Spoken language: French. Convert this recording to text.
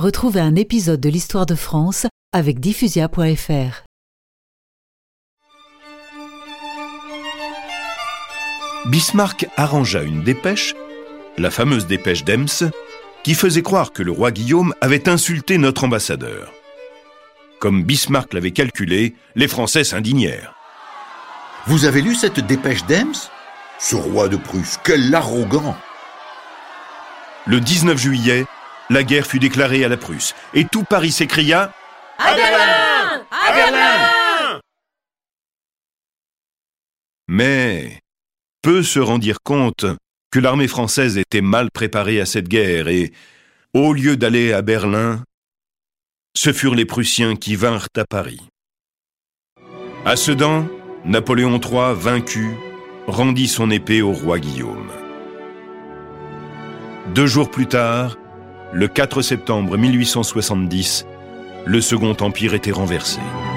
Retrouvez un épisode de l'Histoire de France avec diffusia.fr. Bismarck arrangea une dépêche, la fameuse dépêche d'Ems, qui faisait croire que le roi Guillaume avait insulté notre ambassadeur. Comme Bismarck l'avait calculé, les Français s'indignèrent. Vous avez lu cette dépêche d'Ems ? Ce roi de Prusse, quel arrogant ! Le 19 juillet, la guerre fut déclarée à la Prusse, et tout Paris s'écria « À Berlin ! À Berlin !» Mais peu se rendirent compte que l'armée française était mal préparée à cette guerre et, au lieu d'aller à Berlin, ce furent les Prussiens qui vinrent à Paris. À Sedan, Napoléon III, vaincu, rendit son épée au roi Guillaume. 2 jours plus tard, le 4 septembre 1870, le Second Empire était renversé.